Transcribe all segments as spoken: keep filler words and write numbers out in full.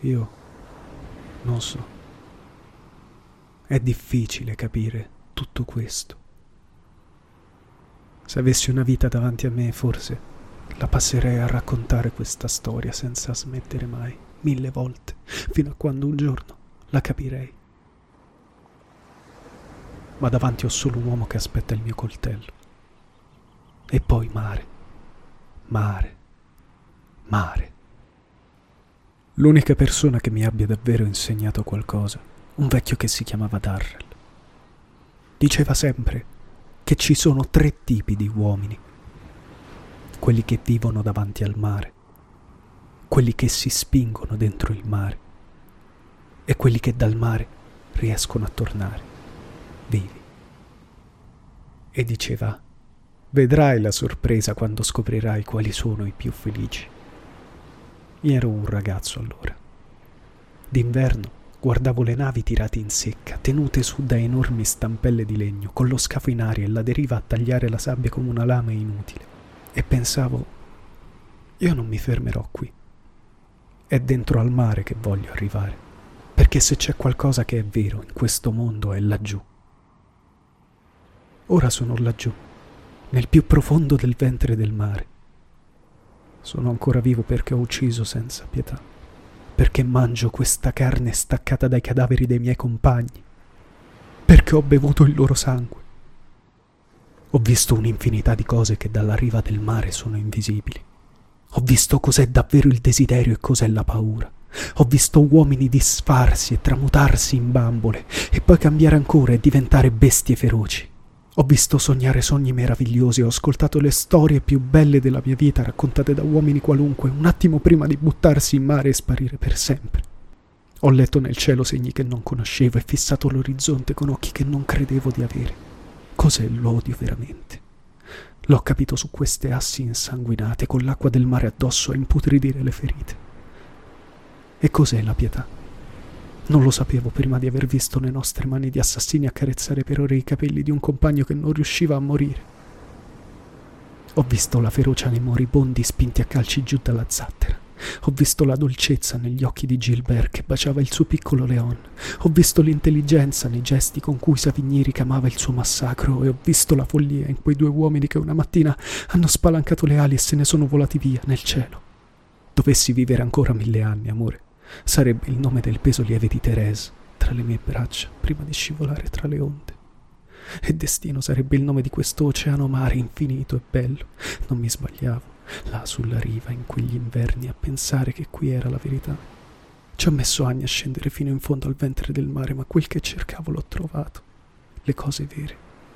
Io non so. È difficile capire tutto questo. Se avessi una vita davanti a me, forse la passerei a raccontare questa storia senza smettere mai, mille volte, fino a quando un giorno la capirei. Ma davanti ho solo un uomo che aspetta il mio coltello. E poi mare, mare, mare. L'unica persona che mi abbia davvero insegnato qualcosa, un vecchio che si chiamava Darrell. Diceva sempre che ci sono tre tipi di uomini: quelli che vivono davanti al mare, quelli che si spingono dentro il mare e quelli che dal mare riescono a tornare vivi. E diceva: vedrai la sorpresa quando scoprirai quali sono i più felici. Io ero un ragazzo allora. D'inverno guardavo le navi tirate in secca, tenute su da enormi stampelle di legno, con lo scafo in aria e la deriva a tagliare la sabbia come una lama inutile. E pensavo: io non mi fermerò qui. È dentro al mare che voglio arrivare, perché se c'è qualcosa che è vero in questo mondo è laggiù. Ora sono laggiù, nel più profondo del ventre del mare. Sono ancora vivo perché ho ucciso senza pietà, perché mangio questa carne staccata dai cadaveri dei miei compagni, perché ho bevuto il loro sangue. Ho visto un'infinità di cose che dalla riva del mare sono invisibili. Ho visto cos'è davvero il desiderio e cos'è la paura. Ho visto uomini disfarsi e tramutarsi in bambole e poi cambiare ancora e diventare bestie feroci. Ho visto sognare sogni meravigliosi, ho ascoltato le storie più belle della mia vita raccontate da uomini qualunque un attimo prima di buttarsi in mare e sparire per sempre. Ho letto nel cielo segni che non conoscevo e fissato l'orizzonte con occhi che non credevo di avere. Cos'è l'odio veramente? L'ho capito su queste assi insanguinate, con l'acqua del mare addosso a imputridire le ferite. E cos'è la pietà? Non lo sapevo prima di aver visto le nostre mani di assassini accarezzare per ore i capelli di un compagno che non riusciva a morire. Ho visto la ferocia nei moribondi spinti a calci giù dalla zattera. Ho visto la dolcezza negli occhi di Gilbert che baciava il suo piccolo Leon. Ho visto l'intelligenza nei gesti con cui Savigny ricamava il suo massacro e ho visto la follia in quei due uomini che una mattina hanno spalancato le ali e se ne sono volati via nel cielo. Dovessi vivere ancora mille anni, amore, sarebbe il nome del peso lieve di Thérèse tra le mie braccia prima di scivolare tra le onde. E destino sarebbe il nome di questo oceano mare infinito e bello. Non mi sbagliavo, là sulla riva in quegli inverni, a pensare che qui era la verità. Ci ho messo anni a scendere fino in fondo al ventre del mare, ma quel che cercavo l'ho trovato. Le cose vere.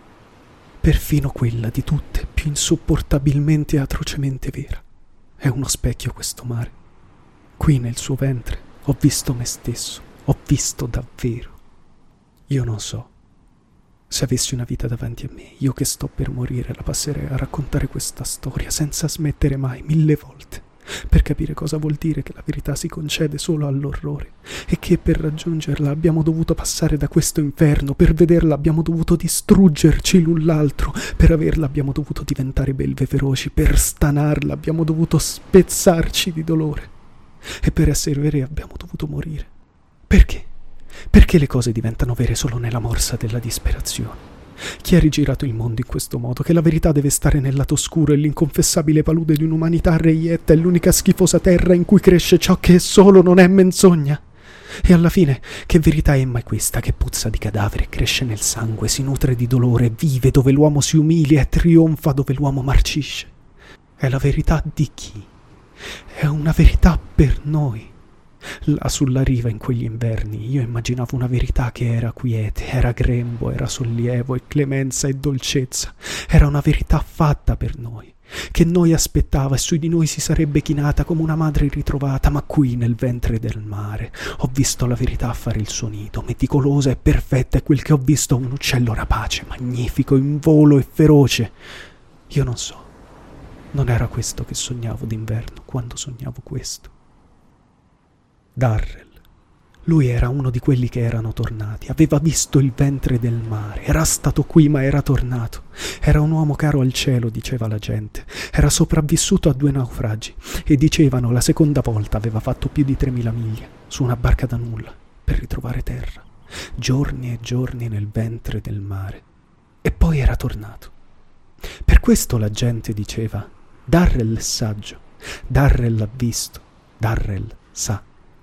Perfino quella di tutte più insopportabilmente e atrocemente vera. È uno specchio questo mare. Qui nel suo ventre ho visto me stesso, ho visto davvero. Io non so. Se avessi una vita davanti a me, io che sto per morire la passerei a raccontare questa storia senza smettere mai, mille volte, per capire cosa vuol dire che la verità si concede solo all'orrore e che per raggiungerla abbiamo dovuto passare da questo inferno, per vederla abbiamo dovuto distruggerci l'un l'altro, per averla abbiamo dovuto diventare belve feroci, per stanarla abbiamo dovuto spezzarci di dolore e per essere veri abbiamo dovuto morire. Perché? Perché le cose diventano vere solo nella morsa della disperazione? Chi ha rigirato il mondo in questo modo? Che la verità deve stare nel lato oscuro e l'inconfessabile palude di un'umanità reietta è l'unica schifosa terra in cui cresce ciò che è solo, non è menzogna. E alla fine, che verità è mai questa che puzza di cadavere, cresce nel sangue, si nutre di dolore, vive dove l'uomo si umilia e trionfa dove l'uomo marcisce? È la verità di chi? È una verità per noi. Là sulla riva in quegli inverni io immaginavo una verità che era quiete, era grembo, era sollievo e clemenza e dolcezza. Era una verità fatta per noi, che noi aspettava e su di noi si sarebbe chinata come una madre ritrovata. Ma qui nel ventre del mare ho visto la verità fare il suo nido, meticolosa e perfetta, e quel che ho visto un uccello rapace, magnifico, in volo e feroce. Io non so, non era questo che sognavo d'inverno quando sognavo questo. Darrell, Lui era uno di quelli che erano tornati, aveva visto il ventre del mare, era stato qui ma era tornato. Era un uomo caro al cielo, diceva la gente. Era sopravvissuto a due naufragi e dicevano la seconda volta aveva fatto più di tremila miglia su una barca da nulla per ritrovare terra, giorni e giorni nel ventre del mare. E poi era tornato. Per questo la gente diceva: Darrell è saggio, Darrell l'ha visto, Darrell sa.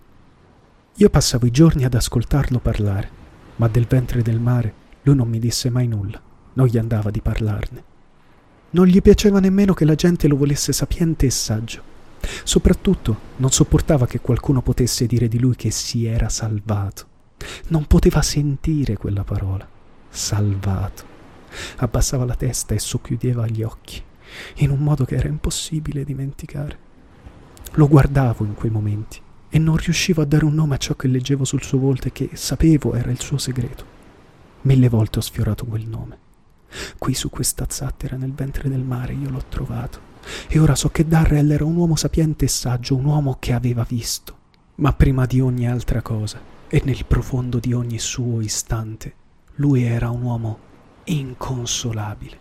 Io passavo i giorni ad ascoltarlo parlare, ma del ventre del mare lui non mi disse mai nulla, non gli andava di parlarne. Non gli piaceva nemmeno che la gente lo volesse sapiente e saggio. Soprattutto non sopportava che qualcuno potesse dire di lui che si era salvato. Non poteva sentire quella parola, salvato. Abbassava la testa e socchiudeva gli occhi, in un modo che era impossibile dimenticare. Lo guardavo in quei momenti e non riuscivo a dare un nome a ciò che leggevo sul suo volto e che sapevo era il suo segreto. Mille volte ho sfiorato quel nome. Qui su questa zattera nel ventre del mare io l'ho trovato e ora so che Darrell era un uomo sapiente e saggio, un uomo che aveva visto. Ma prima di ogni altra cosa e nel profondo di ogni suo istante, lui era un uomo inconsolabile.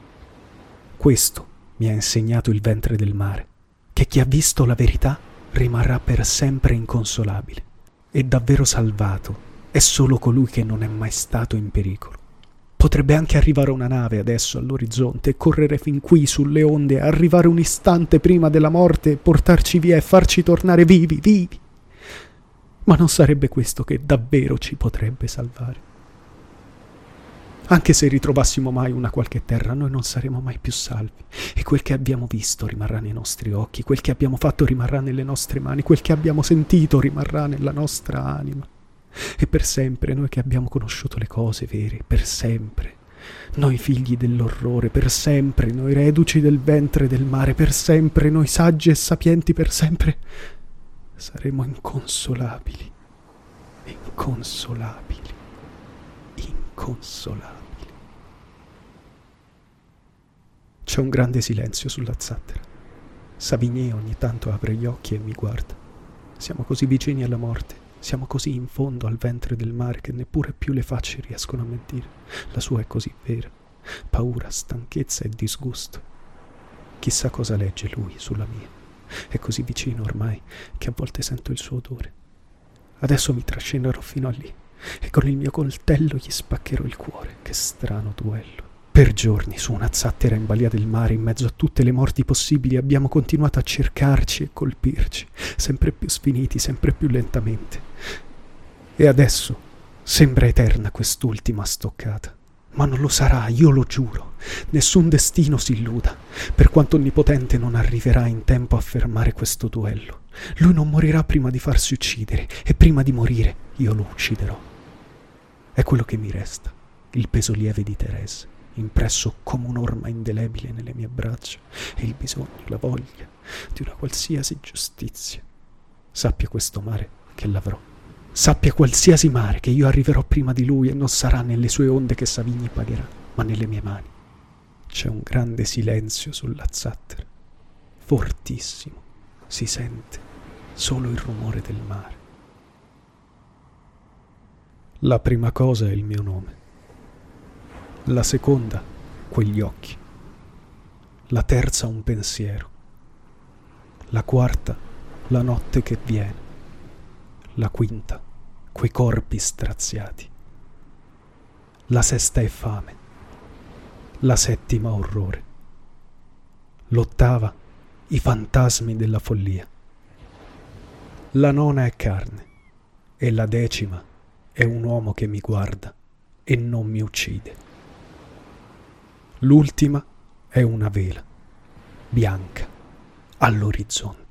Questo mi ha insegnato il ventre del mare, che chi ha visto la verità rimarrà per sempre inconsolabile, e davvero salvato è solo colui che non è mai stato in pericolo. Potrebbe anche arrivare una nave adesso all'orizzonte e correre fin qui sulle onde, arrivare un istante prima della morte e portarci via e farci tornare vivi, vivi. Ma non sarebbe questo che davvero ci potrebbe salvare. Anche se ritrovassimo mai una qualche terra, noi non saremo mai più salvi. E quel che abbiamo visto rimarrà nei nostri occhi, quel che abbiamo fatto rimarrà nelle nostre mani, quel che abbiamo sentito rimarrà nella nostra anima. E per sempre, noi che abbiamo conosciuto le cose vere, per sempre, noi figli dell'orrore, per sempre, noi reduci del ventre del mare, per sempre, noi saggi e sapienti, per sempre, saremo inconsolabili, inconsolabili. Inconsolabili. C'è un grande silenzio sulla zattera. Savigny ogni tanto apre gli occhi e mi guarda. Siamo così vicini alla morte, siamo così in fondo al ventre del mare che neppure più le facce riescono a mentire. La sua è così vera. Paura, stanchezza e disgusto. Chissà cosa legge lui sulla mia. È così vicino ormai che a volte sento il suo odore. Adesso mi trascinerò fino a lì e con il mio coltello gli spaccherò il cuore. Che strano duello. Per giorni, su una zattera in balia del mare, in mezzo a tutte le morti possibili, abbiamo continuato a cercarci e colpirci, sempre più sfiniti, sempre più lentamente. E adesso sembra eterna quest'ultima stoccata. Ma non lo sarà, io lo giuro. Nessun destino si illuda, per quanto onnipotente non arriverà in tempo a fermare questo duello. Lui non morirà prima di farsi uccidere, e prima di morire io lo ucciderò. È quello che mi resta, il peso lieve di Thérèse, impresso come un'orma indelebile nelle mie braccia, e il bisogno, la voglia di una qualsiasi giustizia. Sappia questo mare che l'avrò. Sappia qualsiasi mare che io arriverò prima di lui e non sarà nelle sue onde che Savigny pagherà, ma nelle mie mani. C'è un grande silenzio sulla zattera, fortissimo, si sente solo il rumore del mare. La prima cosa è il mio nome, la seconda quegli occhi, la terza un pensiero, la quarta la notte che viene, la quinta quei corpi straziati, la sesta è fame, la settima orrore, l'ottava i fantasmi della follia, la nona è carne e la decima è un uomo che mi guarda e non mi uccide. L'ultima è una vela bianca all'orizzonte.